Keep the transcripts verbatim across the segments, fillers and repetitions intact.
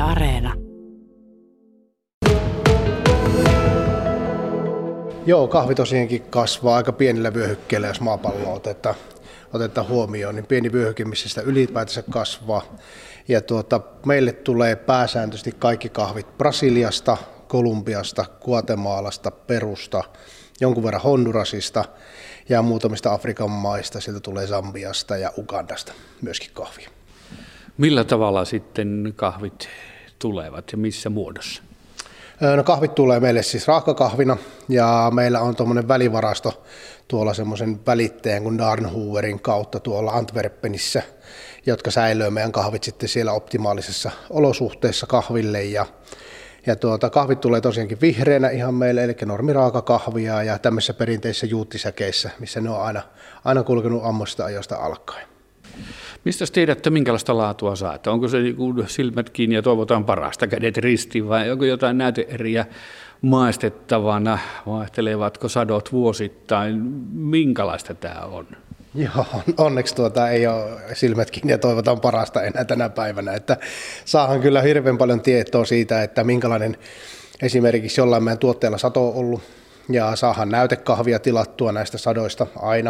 Areena. Joo, kahvi tosiaankin kasvaa aika pienillä vyöhykkeillä, jos maapallo otetaan, otetaan huomioon, niin pieni vyöhyke, missä sitä ylipäätänsä kasvaa. Ja tuota, meille tulee pääsääntöisesti kaikki kahvit Brasiliasta, Kolumbiasta, Guatemalasta, Perusta, jonkun verran Hondurasista ja muutamista Afrikan maista. Sieltä tulee Zambiasta ja Ugandasta myöskin kahvia. Millä tavalla sitten kahvit tulevat ja missä muodossa? No, kahvit tulee meille siis raakakahvina ja meillä on tuommoinen välivarasto tuolla semmoisen välitteen kuin Darnhooverin kautta tuolla Antwerpenissä, jotka säilöö meidän kahvit sitten siellä optimaalisessa olosuhteessa kahville. Ja, ja tuota, kahvit tulee tosiaankin vihreänä ihan meille, eli normiraakakahvia ja tämmöisissä perinteisissä juuttisäkeissä, missä ne on aina, aina kulkenut ammoista ajoista alkaen. Mistä tiedätte, minkälaista laatua saatte? Onko se silmät kiinni ja toivotaan parasta, kädet ristiin vai onko jotain näyteeriä maistettavana? Vaihtelevatko sadot vuosittain? Minkälaista tämä on? Joo, onneksi tuota ei ole silmät kiinni ja toivotaan parasta enää tänä päivänä. Että saahan kyllä hirveän paljon tietoa siitä, että minkälainen esimerkiksi jollain meidän tuotteella sato on ollut ja saahan näytekahvia tilattua näistä sadoista aina.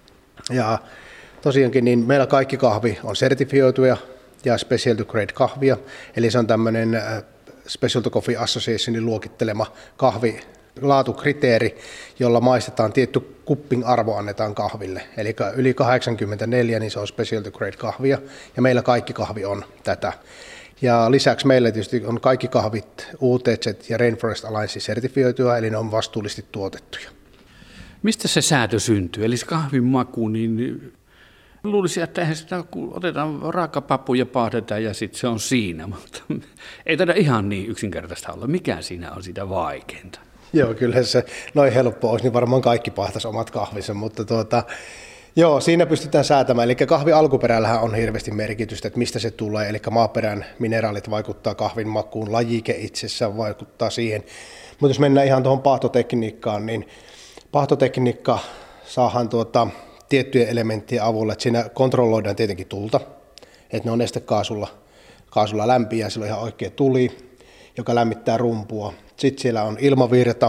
Ja tosiaankin niin meillä kaikki kahvi on sertifioituja ja special to grade kahvia, eli se on tämmöinen Special to Coffee Associationin luokittelema kahvi laatukriteeri, jolla maistetaan tietty cupping-arvo annetaan kahville, eli yli kahdeksankymmentäneljä, niin se on special to grade kahvia, ja meillä kaikki kahvi on tätä. Ja lisäksi meillä tietysti on kaikki kahvit U T Z ja Rainforest Alliance sertifioituja, eli ne on vastuullisesti tuotettuja. Mistä se säätö syntyy, eli se kahvin maku, niin luulisin, että eihän sitä, kun otetaan raakapapu ja paahdetaan ja sitten se on siinä, mutta ei taida ihan niin yksinkertaista olla. Mikä siinä on sitä vaikeinta? Joo, kyllä se noin helppo olisi, niin varmaan kaikki paahtaisi omat kahvinsa, mutta tuota, joo, siinä pystytään säätämään. Eli kahvin alkuperällähän on hirveästi merkitystä, että mistä se tulee, eli maaperän mineraalit vaikuttaa kahvin makuun, lajike itsessään vaikuttaa siihen. Mutta jos mennään ihan tuohon paahtotekniikkaan, niin paahtotekniikka saahan tuota tiettyjen elementtien avulla, että siinä kontrolloidaan tietenkin tulta, että ne on nestekaasulla kaasulla lämpiä ja sillä on ihan oikea tuli, joka lämmittää rumpua. Sitten siellä on ilmavirta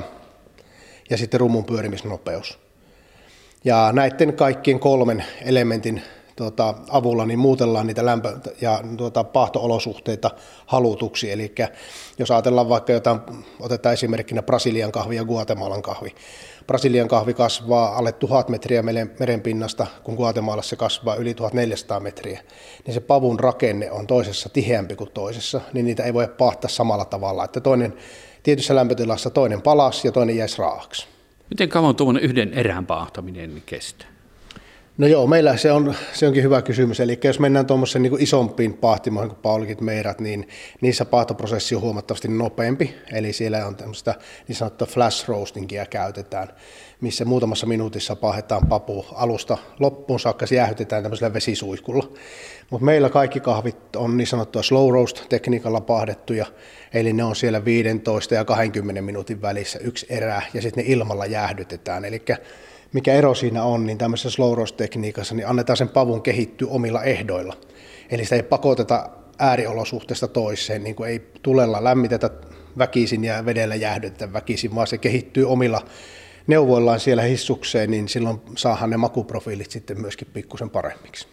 ja sitten rumun pyörimisnopeus. Ja näiden kaikkien kolmen elementin tuota, avulla niin muutellaan niitä lämpö- ja tuota, paahto-olosuhteita halutuksi. Eli jos ajatellaan vaikka jotain, otetaan esimerkkinä Brasilian kahvi ja Guatemalan kahvi. Brasilian kahvi kasvaa alle tuhat metriä merenpinnasta, kun Guatemalassa se kasvaa yli tuhatneljäsataa metriä. Niin se pavun rakenne on toisessa tiheämpi kuin toisessa, niin niitä ei voi paahtaa samalla tavalla, että toinen tietyssä lämpötilassa toinen palasi ja toinen jäisi raaaksi. Miten kauan tuommoinen yhden erän paahtaminen kestää? No joo, meillä se, on, se onkin hyvä kysymys. Eli jos mennään tuommoisen niin kuin isompiin paahtimoihin kuin paulikit, meirat, niin niissä paahtoprosessi on huomattavasti nopeampi. Eli siellä on tämmöistä niin sanottua flash roastingia käytetään, missä muutamassa minuutissa paahetaan papu alusta loppuun saakka, se jäähytetään tämmöisellä vesisuihkulla. Mutta meillä kaikki kahvit on niin sanottua slow roast-tekniikalla paahdettuja, eli ne on siellä viisitoista ja kaksikymmentä minuutin välissä yksi erä, ja sitten ne ilmalla jäähdytetään. Eli mikä ero siinä on, niin tämmöisessä slow roast-tekniikassa niin annetaan sen pavun kehittyä omilla ehdoilla. Eli sitä ei pakoteta ääriolosuhteesta toiseen, niin kuin ei tulella lämmitetä väkisin ja vedellä jäähdytetä väkisin, vaan se kehittyy omilla neuvoillaan siellä hissukseen, niin silloin saadaan ne makuprofiilit sitten myöskin pikkusen paremmiksi.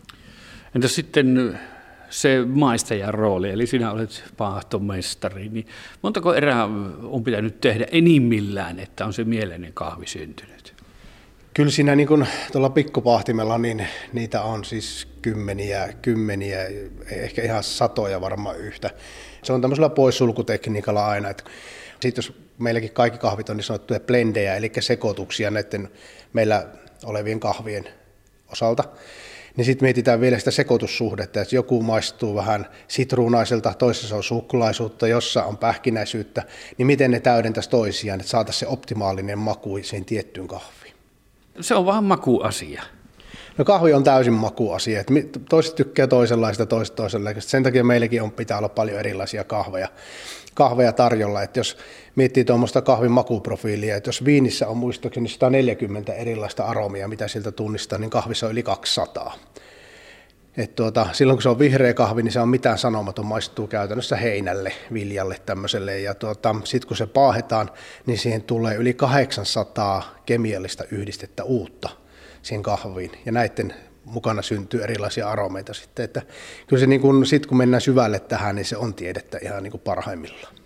Entäs sitten se maistajan rooli, eli sinä olet paahtomestari, niin montako erää on pitänyt tehdä enimmillään, että on se mieleinen kahvi syntynyt? Kyllä siinä niin kuin tuolla pikkupahtimella, niin niitä on siis kymmeniä, kymmeniä, ehkä ihan satoja varmaan yhtä. Se on tämmöisellä poissulkutekniikalla aina. Sitten jos meilläkin kaikki kahvit on niin sanottuja blendejä, eli sekoituksia näiden meillä olevien kahvien osalta, niin sitten mietitään vielä sitä sekoitussuhdetta, että joku maistuu vähän sitruunaiselta, toisessa on suklaisuutta, jossa on pähkinäisyyttä, niin miten ne täydentäisi toisiaan, että saataisiin se optimaalinen maku siihen tiettyyn kahviin. Se on vaan makuasia. No kahvi on täysin makuasia, että toiset tykkää toisenlaista, toiset toisenlaista. Sen takia meilläkin on, pitää olla paljon erilaisia kahveja, kahveja tarjolla, että jos miettii tuommoista kahvin makuprofiilia, että jos viinissä on muistaakseni sata neljäkymmentä erilaista aromia, mitä sieltä tunnistaa, niin kahvissa on yli kaksisataa. Et tuota, silloin kun se on vihreä kahvi, niin se on mitään sanomaton, maistuu käytännössä heinälle, viljalle tämmöiselle. Ja tuota, sitten kun se paahetaan, niin siihen tulee yli kahdeksansataa kemiallista yhdistettä uutta siihen kahviin. Ja näiden mukana syntyy erilaisia aromeita sitten. Että kyllä se niin kun, sit kun mennään syvälle tähän, niin se on tiedettä ihan niin kuin parhaimmillaan.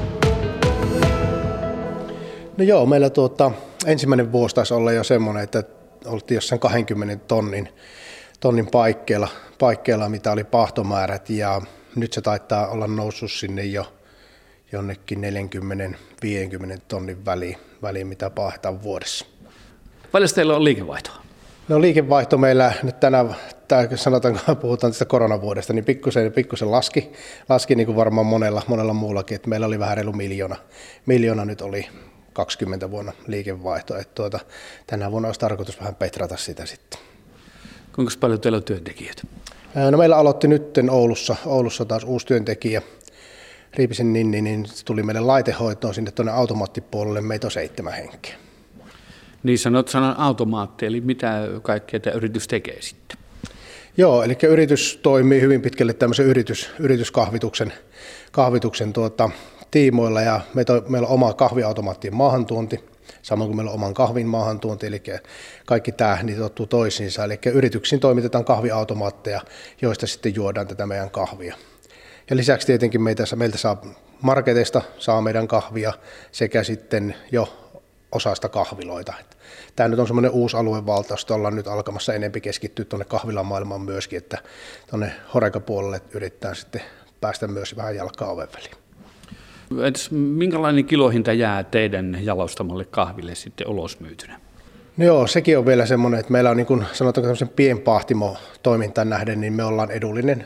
No joo, meillä tuota, ensimmäinen vuosi taisi olla jo semmoinen, että oltiin jossain kaksikymmentä tonnin, tonnin paikkeilla, paikkeilla, mitä oli paahtomäärät, ja nyt se taitaa olla noussut sinne jo jonnekin neljäkymmentä viisikymmentä tonnin väliin, väliin mitä paahetaan vuodessa. Paljon teillä on liikevaihtoa? No liikevaihto meillä nyt tänä, sanotaan, kun puhutaan tästä koronavuodesta, niin pikkusen, pikkusen laski, laski niin kuin varmaan monella, monella muullakin, että meillä oli vähän reilu miljoona, miljoona nyt oli kaksikymmentä vuonna liikevaihto, että tuota, tänä vuonna olisi tarkoitus vähän petrata sitä sitten. Kuinka paljon teillä on työntekijöitä? No meillä aloitti nyt Oulussa, Oulussa taas uusi työntekijä, Riipisen Ninni, niin se tuli meille laitehoitoon sinne tuonne automaattipuolelle, meitä on seitsemän henkeä. Niin sanot sanan automaatti, eli mitä kaikkea tämä yritys tekee sitten? Joo, eli yritys toimii hyvin pitkälle tämmöisen yritys, yrityskahvituksen kahvituksen tuota, tiimoilla, ja meillä on oma kahviautomaattien maahantuonti, samoin kuin meillä on oman kahvin maahantuonti, eli kaikki tämä liittyy toisiinsa, eli yrityksiin toimitetaan kahviautomaatteja, joista sitten juodaan tätä meidän kahvia. Ja lisäksi tietenkin meitä, meiltä saa marketeista saa meidän kahvia sekä sitten jo osasta kahviloita. Tämä nyt on semmoinen uusi aluevaltaus, josta ollaan nyt alkamassa enemmän keskittyä tuonne kahvilamaailmaan myöskin, että tuonne Horeca-puolelle yrittää sitten päästä myös vähän jalkaa oven väliin. Entäs minkälainen kilohinta jää teidän jalostamalle kahville sitten ulosmyytynä? No joo, sekin on vielä semmoinen, että meillä on niin kuin sanotaanko tämmöisen pienpahtimo-toimintaan nähden, niin me ollaan edullinen.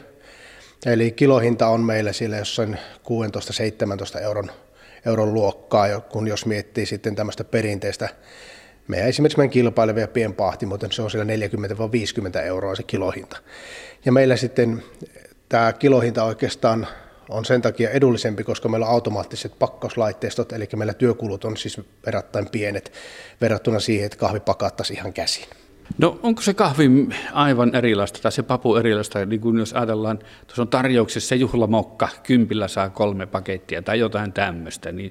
Eli kilohinta on meillä siellä jossain kuusitoista seitsemäntoista euron, euron luokkaa, kun jos miettii sitten tämmöistä perinteistä, meidän esimerkiksi meidän kilpailevia pienpahtimoita, se on siellä neljäkymmentä viisikymmentä euroa se kilohinta. Ja meillä sitten tämä kilohinta oikeastaan on sen takia edullisempi, koska meillä on automaattiset pakkauslaitteistot, eli meillä työkulut on siis verrattain pienet verrattuna siihen, että kahvi pakattaisiin ihan käsin. No onko se kahvi aivan erilaista tai se papu erilaista, niin kuin jos ajatellaan, tuossa on tarjouksessa se juhlamokka, kympillä saa kolme pakettia tai jotain tämmöistä, niin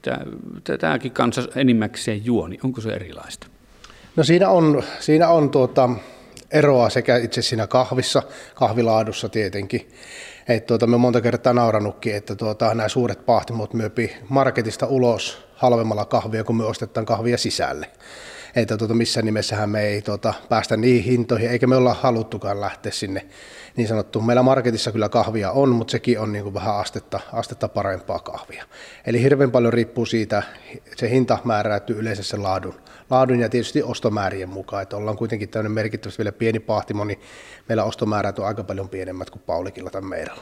tämäkin kanssa enimmäkseen juo, niin onko se erilaista? No siinä on, siinä on tuota eroa sekä itse siinä kahvissa, kahvilaadussa tietenkin. Et tuota, me monta kertaa nauranutkin, että tuota, nämä suuret pahtimot myöpii marketista ulos halvemmalla kahvia, kun me ostetaan kahvia sisälle. Että tuota, missään nimessähän me ei tuota, päästä niihin hintoihin, eikä me olla haluttukaan lähteä sinne niin sanottuun. Meillä marketissa kyllä kahvia on, mutta sekin on niin kuin vähän astetta, astetta parempaa kahvia. Eli hirveän paljon riippuu siitä, se hinta määräytyy yleensä sen laadun, laadun ja tietysti ostomäärien mukaan. Että ollaan kuitenkin tämmöinen merkittävästi vielä pieni pahtimo, niin meillä ostomäärät on aika paljon pienemmät kuin Paulikilla tai Meiralla.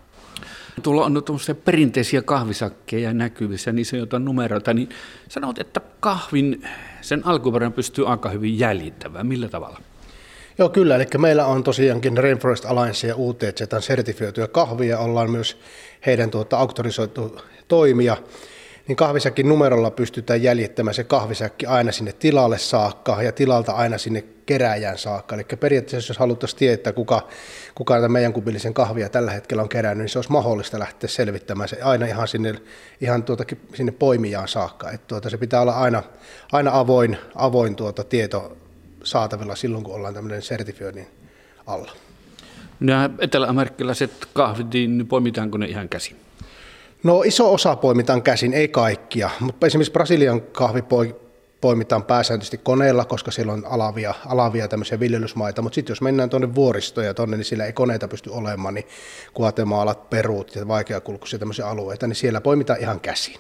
Tuolla on tuollaisia perinteisiä kahvisakkeja näkyvissä, niissä on jotain numeroita, niin sanot, että kahvin, sen alkuperän pystyy aika hyvin jäljittämään. Millä tavalla? Joo, kyllä. Eli meillä on tosiaankin Rainforest Alliance ja U T Z sertifioituja kahvia, ollaan myös heidän tuota, auktorisoitu toimija. Niin kahvisäkin numerolla pystytään jäljittämään se kahvisäkki aina sinne tilalle saakka ja tilalta aina sinne kerääjään saakka. Eli periaatteessa jos haluttaisiin tietää, kuka, kuka meidän kupillisen kahvia tällä hetkellä on kerännyt, niin se olisi mahdollista lähteä selvittämään se aina ihan sinne, ihan tuota, sinne poimijaan saakka. Että tuota, se pitää olla aina, aina avoin, avoin tuota, tieto saatavilla silloin, kun ollaan tämmöinen sertifioinnin alla. Nämä eteläamerikkalaiset kahvit, niin poimitaanko ne ihan käsin? No iso osa poimitaan käsin, ei kaikkia, mutta esimerkiksi Brasilian kahvi poimitaan pääsääntöisesti koneella, koska siellä on alavia, alavia tämmöisiä viljelysmaita, mutta sitten jos mennään tuonne vuoristoon ja tuonne, niin siellä ei koneita pysty olemaan, niin Guatemala, Perut ja vaikeakulkuisia tämmöisiä alueita, niin siellä poimitaan ihan käsin.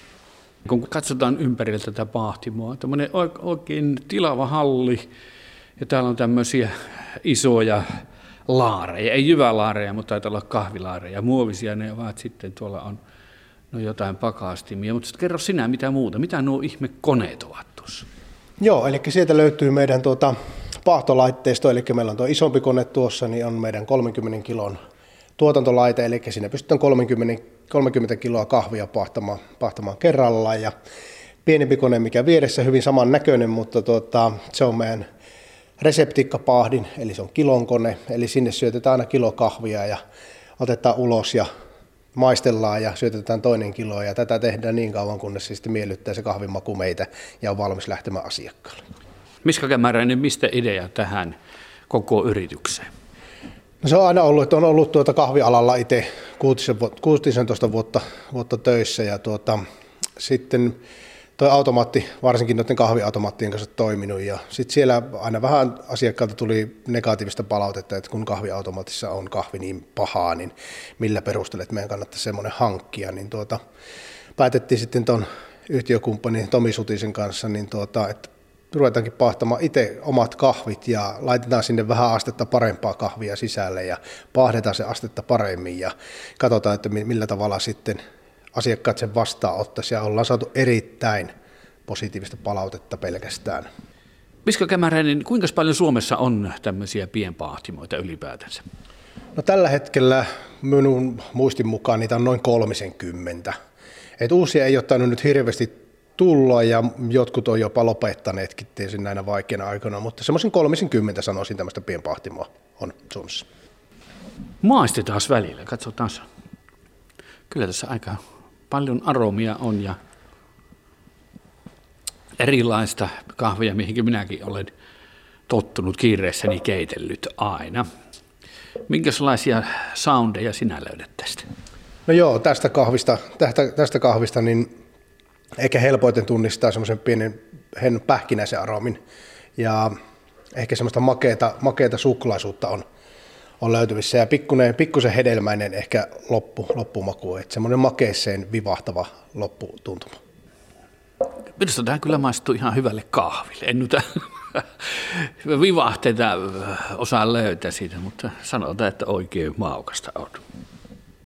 Kun katsotaan ympärillä tätä pahtimoa, tämmöinen oikein tilava halli ja täällä on tämmöisiä isoja laareja, ei jyvälaareja, mutta taitaa olla kahvilaareja, muovisia ne ovat sitten, tuolla on no jotain pakastimia, mutta sitten kerro sinä mitä muuta, mitä nuo ihme koneet ovat tuossa? Joo, eli sieltä löytyy meidän tuota paahtolaitteisto, eli meillä on tuo isompi kone tuossa, niin on meidän kolmenkymmenen kilon tuotantolaite, eli siinä pystytään kolmekymmentä, kolmekymmentä kiloa kahvia pahtamaan, pahtamaan kerrallaan, ja pienempi kone, mikä vieressä hyvin saman näköinen, mutta tuota, se on meidän reseptikkapahdin, eli se on kilon kone, eli sinne syötetään aina kilo kahvia ja otetaan ulos ja maistellaan ja syötetään toinen kilo ja tätä tehdään niin kauan, kunnes se sitten miellyttää se kahvin maku meitä ja on valmis lähtemään asiakkaalle. Miska Kämäräinen, mistä idea tähän koko yritykseen? No se on aina ollut, että on ollut tuota kahvialalla itse kuusitoista vuotta, vuotta töissä ja tuota, sitten tuo automaatti, varsinkin noiden kahviautomaattien kanssa toiminut ja sitten siellä aina vähän asiakkaalta tuli negatiivista palautetta, että kun kahviautomaatissa on kahvi niin pahaa, niin millä perusteella, että meidän kannattaisi semmoinen hankkia, niin tuota, päätettiin sitten tuon yhtiökumppanin Tomi Sutisen kanssa, niin tuota, että ruvetaankin paahtamaan itse omat kahvit ja laitetaan sinne vähän astetta parempaa kahvia sisälle ja paahdetaan se astetta paremmin ja katsotaan, että millä tavalla sitten asiakkaat sen vastaanottaisi ja ollaan saatu erittäin positiivista palautetta pelkästään. Miska Kämäräinen, kuinka paljon Suomessa on tämmöisiä pienpaahtimoita ylipäätänsä? No tällä hetkellä minun muistin mukaan niitä on noin kolmisenkymmentä. Et uusia ei ole tainnut nyt hirveästi tulla ja jotkut on jopa lopettaneetkin tietysti näinä vaikeina aikoina, mutta semmoisen kolmisenkymmentä sanoisin tämmöistä pienpahtimoa on Suomessa. Maistetaan välillä, katsotaan. Kyllä tässä aika paljon aromia on ja erilaista kahvia, mihinkin minäkin olen tottunut kiireessäni keitellyt aina. Minkälaisia soundeja sinä löydät tästä? No joo, tästä kahvista, tästä, tästä kahvista niin ehkä helpoiten tunnistaa semmoisen pienen hen pähkinäisen aromin ja ehkä semmoista makeata, makeata suklaisuutta on, on löytyvissä ja pikkuinen, pikkusen hedelmäinen ehkä loppu, loppumaku, että semmoinen makeeseen vivahtava lopputuntuma. Minusta tämä kyllä maistuu ihan hyvälle kahville. En nyt vivahteita osaa löytää siitä, mutta sanotaan, että oikein maukasta on.